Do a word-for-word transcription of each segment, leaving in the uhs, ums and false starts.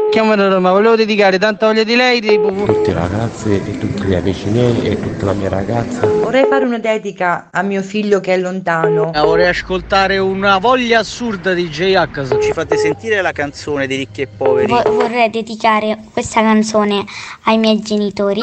chiamano Roma, volevo dedicare tanta voglia di lei di... tutte le ragazze e tutti gli amici miei e tutta la mia ragazza. Vorrei fare una dedica a mio figlio che è lontano. Vorrei ascoltare una voglia assurda di J-H. Ci fate sentire la canzone di Ricchi e Poveri? Vo- vorrei dedicare questa canzone ai miei genitori.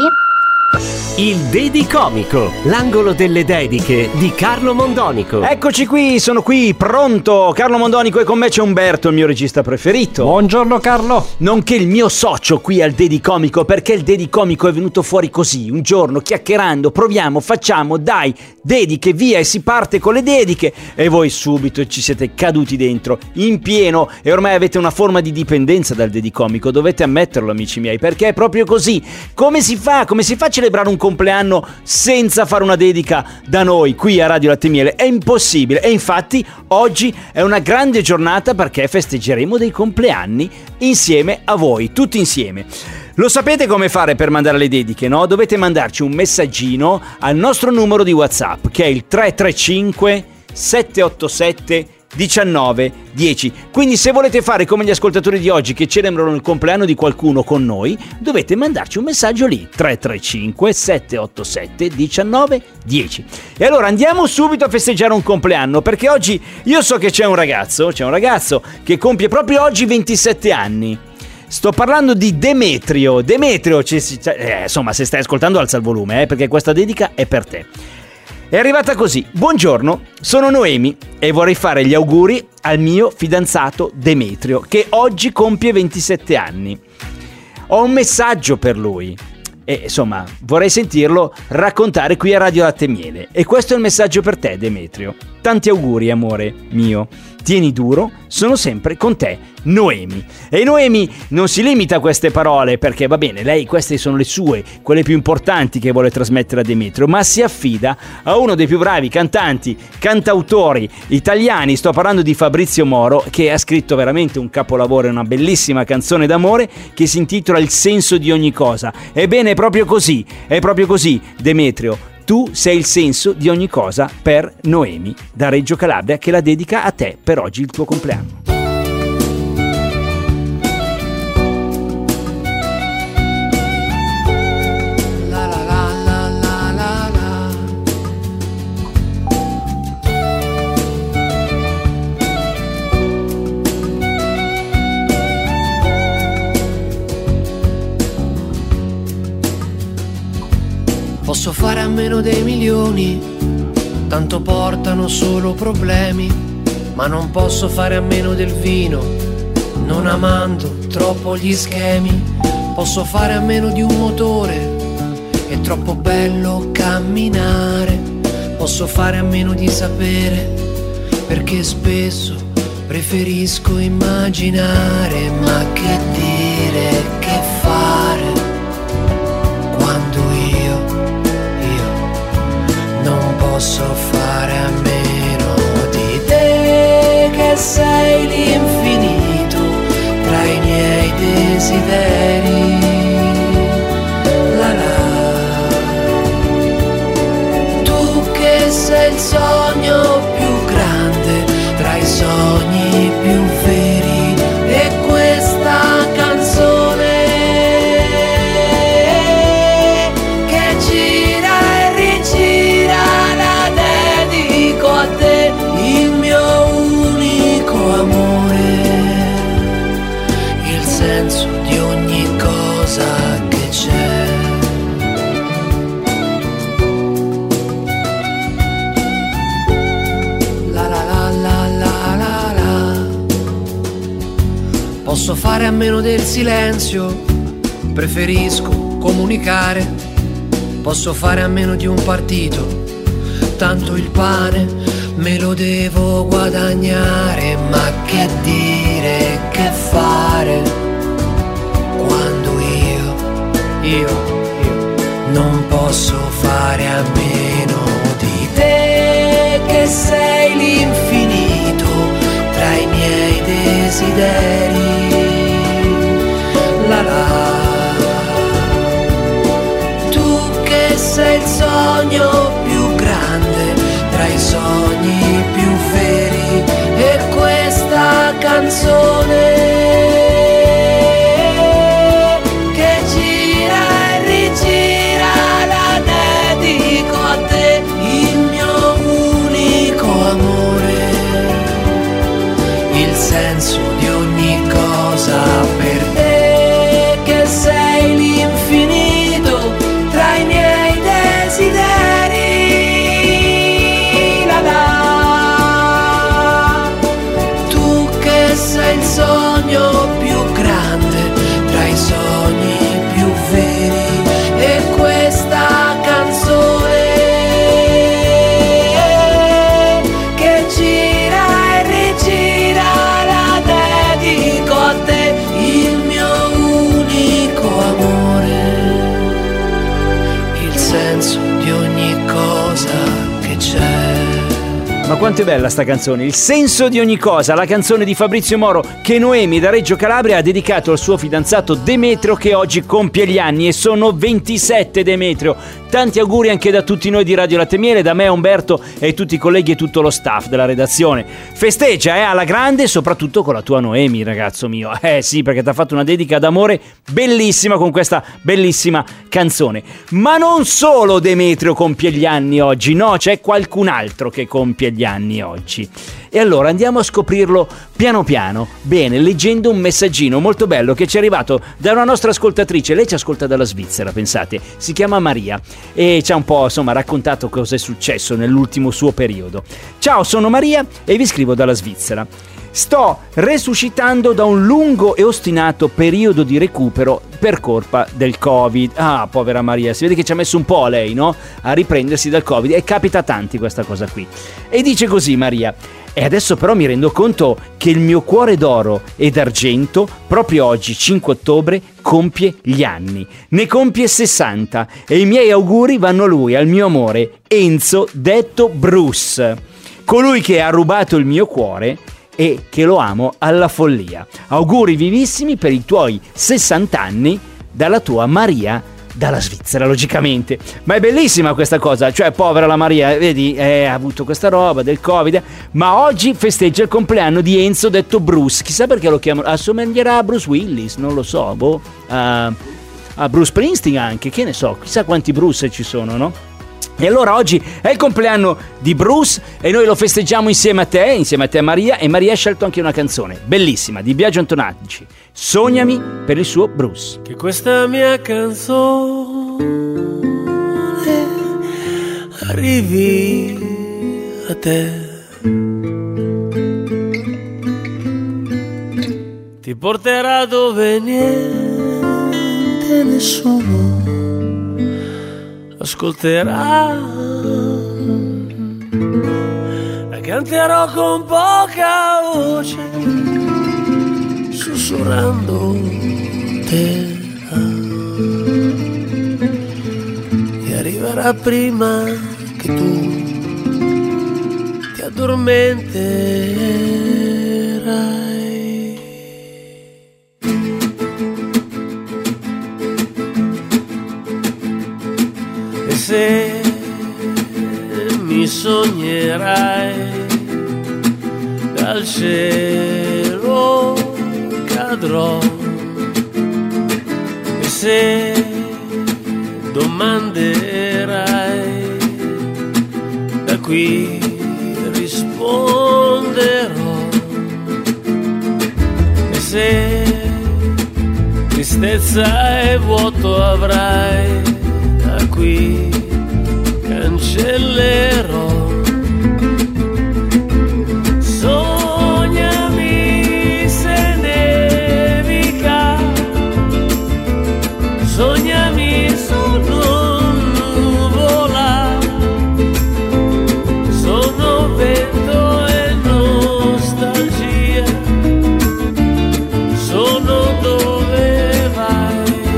Il Dedicomico, l'angolo delle dediche di Carlo Mondonico. Eccoci qui, sono qui, pronto, Carlo Mondonico, e con me c'è Umberto, il mio regista preferito. Buongiorno Carlo. Nonché il mio socio qui al Dedicomico, perché il Dedicomico è venuto fuori così, un giorno, chiacchierando, proviamo, facciamo, dai, dediche, via, e si parte con le dediche, e voi subito ci siete caduti dentro, in pieno, e ormai avete una forma di dipendenza dal Dedicomico, dovete ammetterlo, amici miei, perché è proprio così. Come si fa? Come si fa a celebrare un compleanno senza fare una dedica da noi qui a Radio Latte e Miele? È impossibile, e infatti oggi è una grande giornata perché festeggeremo dei compleanni insieme a voi, tutti insieme. Lo sapete come fare per mandare le dediche, no? Dovete mandarci un messaggino al nostro numero di WhatsApp, che è il tre tre cinque sette otto sette diciannove dieci. Quindi se volete fare come gli ascoltatori di oggi che celebrano il compleanno di qualcuno con noi, dovete mandarci un messaggio lì, tre tre cinque sette otto sette diciannove dieci. E allora andiamo subito a festeggiare un compleanno, perché oggi io so che c'è un ragazzo, c'è un ragazzo che compie proprio oggi ventisette anni. Sto parlando di Demetrio. Demetrio, c- c- eh, insomma, se stai ascoltando alza il volume, eh, perché questa dedica è per te. È arrivata così: buongiorno, sono Noemi e vorrei fare gli auguri al mio fidanzato Demetrio, che oggi compie ventisette anni. Ho un messaggio per lui e insomma vorrei sentirlo raccontare qui a Radio Latte e Miele. E questo è il messaggio per te, Demetrio. Tanti auguri, amore mio. Tieni duro, sono sempre con te, Noemi. E Noemi non si limita a queste parole, perché va bene, lei queste sono le sue, quelle più importanti che vuole trasmettere a Demetrio, ma si affida a uno dei più bravi cantanti, cantautori italiani. Sto parlando di Fabrizio Moro, che ha scritto veramente un capolavoro, una bellissima canzone d'amore che si intitola Il senso di ogni cosa. Ebbene, è proprio così, è proprio così, Demetrio. Tu sei il senso di ogni cosa per Noemi, da Reggio Calabria, che la dedica a te per oggi, il tuo compleanno. La la la la la la la. Posso fare a meno dei milioni, tanto portano solo problemi, ma non posso fare a meno del vino, non amando troppo gli schemi. Posso fare a meno di un motore, è troppo bello camminare. Posso fare a meno di sapere, perché spesso preferisco immaginare. Ma che dire, che fare, quando io, io non posso fare a meno di te, che sei l'infinito tra i miei desideri. La la. Tu che sei il sogno più grande tra i sogni più veri, e questa canzone che gira e rigira la dedico a te, il mio unico amore, il senso di ogni cosa che c'è. La la la la la la la. Posso fare a meno del silenzio, preferisco comunicare. Posso fare a meno di un partito, tanto il pane me lo devo guadagnare. Ma che dire, che fare, quando io, io, io non posso fare a meno di te, che sei l'infinito tra i miei desideri. La la. Tu che sei il sogno più grande tra i sogni più veri, e questa canzone quanto è bella sta canzone, il senso di ogni cosa, la canzone di Fabrizio Moro che Noemi da Reggio Calabria ha dedicato al suo fidanzato Demetrio che oggi compie gli anni e sono ventisette. Demetrio, tanti auguri anche da tutti noi di Radio Latte Miele, da me, Umberto e tutti i colleghi e tutto lo staff della redazione. Festeggia eh, alla grande, soprattutto con la tua Noemi, ragazzo mio, eh sì, perché ti ha fatto una dedica d'amore bellissima con questa bellissima canzone. Ma non solo Demetrio compie gli anni oggi, no, c'è qualcun altro che compie gli anni oggi. E allora andiamo a scoprirlo piano piano, bene, leggendo un messaggino molto bello che ci è arrivato da una nostra ascoltatrice. Lei ci ascolta dalla Svizzera, pensate, si chiama Maria e ci ha un po' insomma raccontato cosa è successo nell'ultimo suo periodo. Ciao, sono Maria e vi scrivo dalla Svizzera. Sto resuscitando da un lungo e ostinato periodo di recupero per colpa del Covid. Ah, povera Maria, si vede che ci ha messo un po' lei, no? A riprendersi dal Covid, e capita a tanti questa cosa qui. E dice così Maria: e adesso però mi rendo conto che il mio cuore d'oro e d'argento proprio oggi, cinque ottobre, compie gli anni. Ne compie sessanta e i miei auguri vanno a lui, al mio amore, Enzo, detto Bruce. Colui che ha rubato il mio cuore e che lo amo alla follia. Auguri vivissimi per i tuoi sessanta anni dalla tua Maria dalla Svizzera, logicamente. Ma è bellissima questa cosa, cioè povera la Maria, vedi, eh, ha avuto questa roba del Covid, ma oggi festeggia il compleanno di Enzo detto Bruce. Chissà perché lo chiamano, assomiglierà a Bruce Willis, non lo so, boh, a, a Bruce Springsteen anche, che ne so, chissà quanti Bruce ci sono, no? E allora oggi è il compleanno di Bruce e noi lo festeggiamo insieme a te, insieme a te Maria, e Maria ha scelto anche una canzone bellissima di Biagio Antonacci, Sognami, per il suo Bruce. Che questa mia canzone arrivi a te, ti porterà dove niente, nessuno ascolterà, la canterò con poca voce, sussurrando te, e arriverà prima che tu ti addormenterai. Se mi sognerai, dal cielo cadrò, e se domanderai, da qui risponderò, e se tristezza e vuoto avrai, da qui cancellerò. Sognami se nevica, sognami sono nuvola, sono vento e nostalgia, sono dove vai.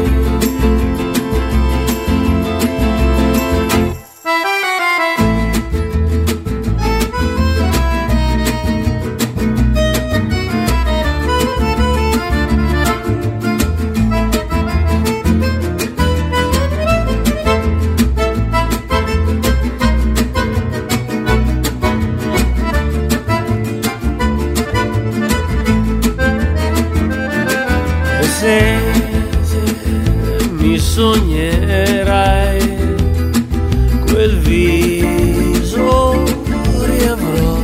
Se, se mi sognerai, quel viso riavrò,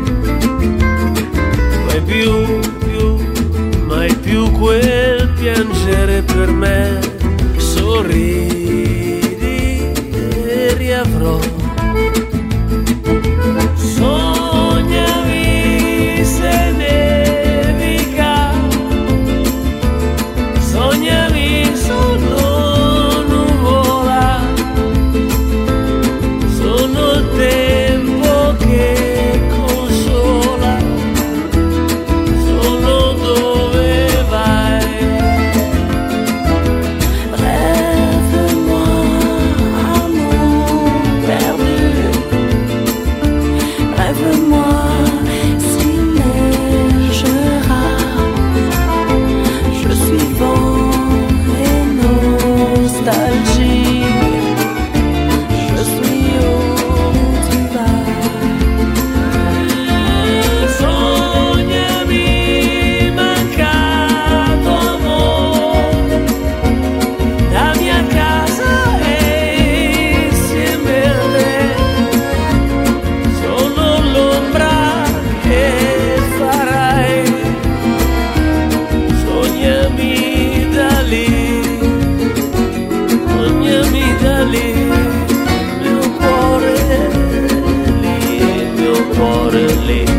mai più, più, mai più quel piangere per me, sorridi e riavrò. Sognami se nevica, sognami sono nuvola, sono il tempo che consola, sono dove vai. Rêve Togliami da lì, togliami da lì, il mio cuore lì, il mio cuore lì.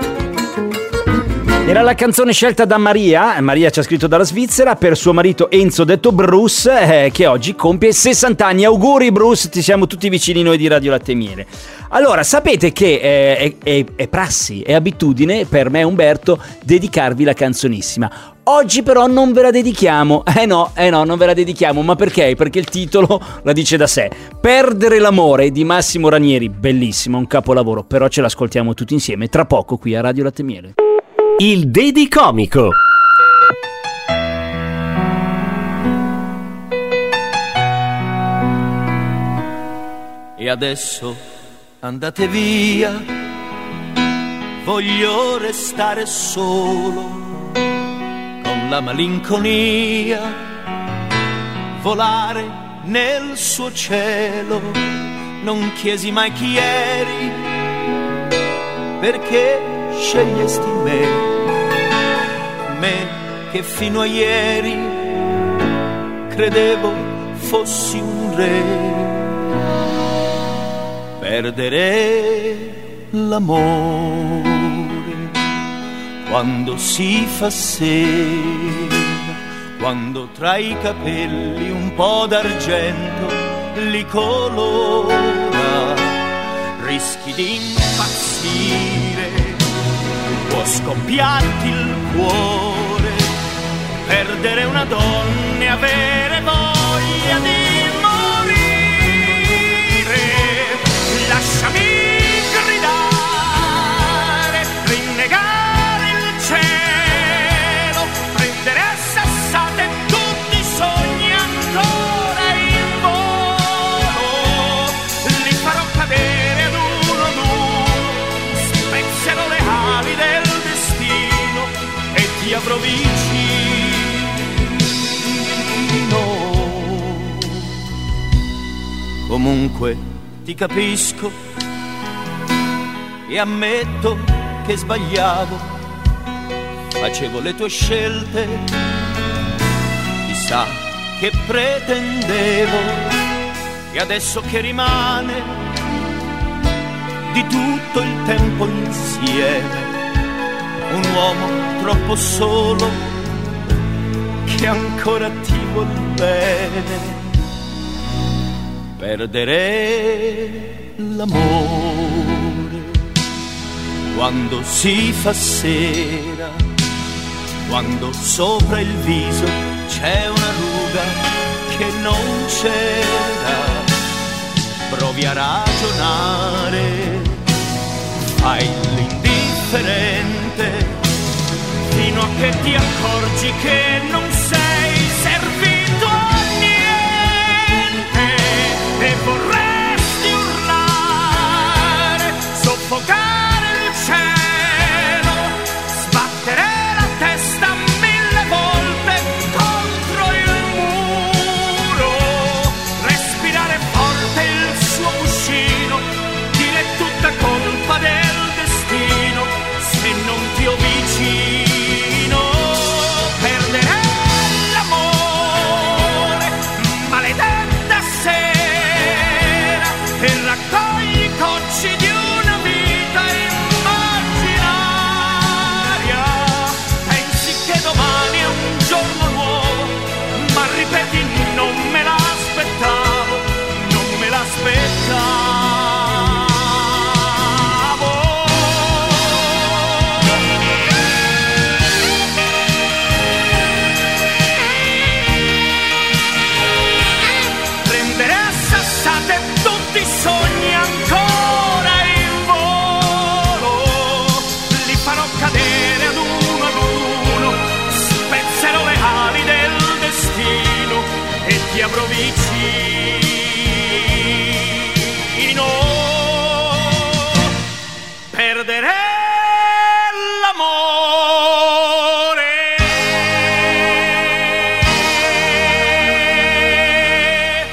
Era la canzone scelta da Maria, Maria ci ha scritto dalla Svizzera, per suo marito Enzo detto Bruce, eh, che oggi compie sessanta anni. Auguri Bruce, ti siamo tutti vicini noi di Radio Latte e Miele. Allora, sapete che eh, è, è, è prassi, è abitudine per me Umberto dedicarvi la canzonissima. Oggi però non ve la dedichiamo, eh no, eh no, non ve la dedichiamo, ma perché? Perché il titolo la dice da sé. Perdere l'amore di Massimo Ranieri, bellissimo, un capolavoro, però ce l'ascoltiamo tutti insieme tra poco qui a Radio Latte e Miele. Il Dedicomico. E adesso andate via, voglio restare solo, con la malinconia, volare nel suo cielo. Non chiesi mai chi eri, perché scegliesti me, me che fino a ieri credevo fossi un re. Perdere l'amore quando si fa sera, quando tra i capelli un po' d'argento li colora, rischi di impazzire, può scoppiarti il cuore, perdere una donna e avere voglia di lasciami gridare, rinnegare il cielo, prendere a sassate tutti i sogni ancora in volo, li farò cadere ad uno ad uno, spezzerò le ali del destino e ti avrò vicino. Comunque ti capisco e ammetto che sbagliavo, facevo le tue scelte, chissà che pretendevo, e adesso che rimane di tutto il tempo insieme, un uomo troppo solo che ancora ti vuol bene. Perdere l'amore quando si fa sera, quando sopra il viso c'è una ruga che non c'era. Provi a ragionare, fai l'indifferente, fino a che ti accorgi che non sei servito a niente. E vorresti urlare, soffocare il cielo, sbattere la testa mille volte contro il muro, respirare forte il suo cuscino, dire tutta colpa del destino se non ti ho vicino. Perdere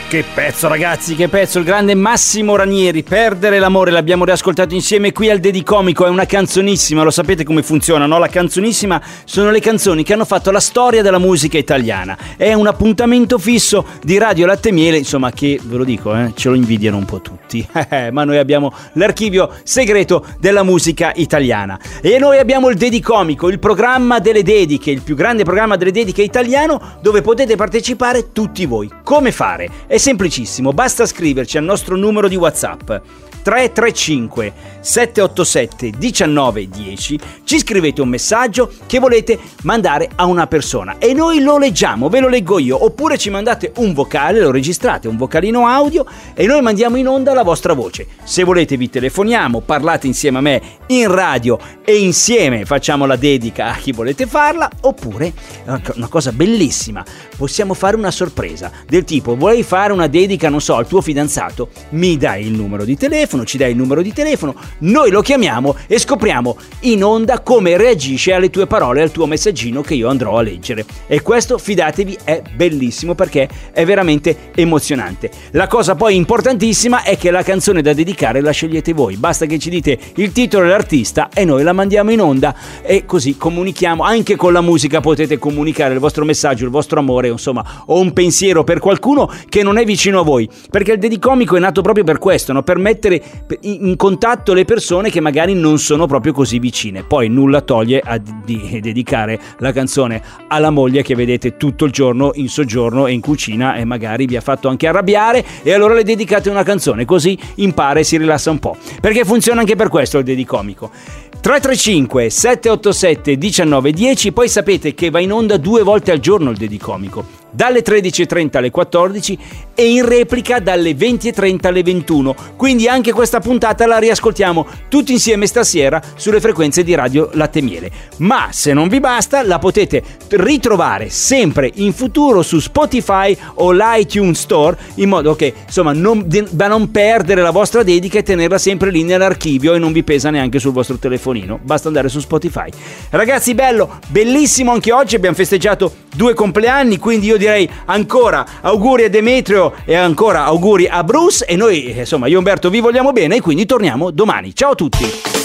Che pezzo ragazzi, che pezzo, il grande Massimo Ranieri, Perdere l'amore, l'abbiamo riascoltato insieme qui al Dedicomico, è una canzonissima, lo sapete come funziona, no? La canzonissima sono le canzoni che hanno fatto la storia della musica italiana, è un appuntamento fisso di Radio Latte e Miele, insomma che, ve lo dico, eh, ce lo invidiano un po' tutti, ma noi abbiamo l'archivio segreto della musica italiana e noi abbiamo il Dedicomico, il programma delle dediche, il più grande programma delle dediche italiano dove potete partecipare tutti voi. Come fare? È semplicissimo, basta scriverci al nostro numero di WhatsApp tre tre cinque sette otto sette uno nove uno zero, ci scrivete un messaggio che volete mandare a una persona e noi lo leggiamo, ve lo leggo io, oppure ci mandate un vocale, lo registrate, un vocalino audio e noi mandiamo in onda la vostra voce. Se volete vi telefoniamo, parlate insieme a me in radio e insieme facciamo la dedica a chi volete farla, oppure una cosa bellissima, possiamo fare una sorpresa del tipo: vuoi fare una dedica, non so, al tuo fidanzato? Mi dai il numero di telefono, ci dai il numero di telefono, noi lo chiamiamo e scopriamo in onda come reagisce alle tue parole, al tuo messaggino che io andrò a leggere. E questo, fidatevi, è bellissimo perché è veramente emozionante. La cosa poi importantissima è che la canzone da dedicare la scegliete voi, basta che ci dite il titolo e l'artista e noi la mandiamo in onda e così comunichiamo. Anche con la musica potete comunicare il vostro messaggio, il vostro amore, insomma, o un pensiero per qualcuno che non è vicino a voi, perché il Dedicomico è nato proprio per questo, no? Per mettere in contatto le persone che magari non sono proprio così vicine. Poi nulla toglie a di dedicare la canzone alla moglie che vedete tutto il giorno in soggiorno e in cucina e magari vi ha fatto anche arrabbiare, e allora le dedicate una canzone, così impara e si rilassa un po', perché funziona anche per questo il Dedicomico. tre tre cinque sette otto sette uno nove uno zero, poi sapete che va in onda due volte al giorno il Dedicomico, dalle tredici e trenta alle quattordici e in replica dalle venti e trenta alle ventuno, quindi anche questa puntata la riascoltiamo tutti insieme stasera sulle frequenze di Radio Latte e Miele. Ma se non vi basta, la potete ritrovare sempre in futuro su Spotify o l'iTunes Store, in modo che insomma non, da non perdere la vostra dedica e tenerla sempre lì nell'archivio e non vi pesa neanche sul vostro telefonino, basta andare su Spotify. Ragazzi, bello, bellissimo anche oggi, abbiamo festeggiato due compleanni, quindi io direi ancora auguri a Demetrio e ancora auguri a Bruce, e noi insomma io e Umberto vi vogliamo bene e quindi torniamo domani. Ciao a tutti.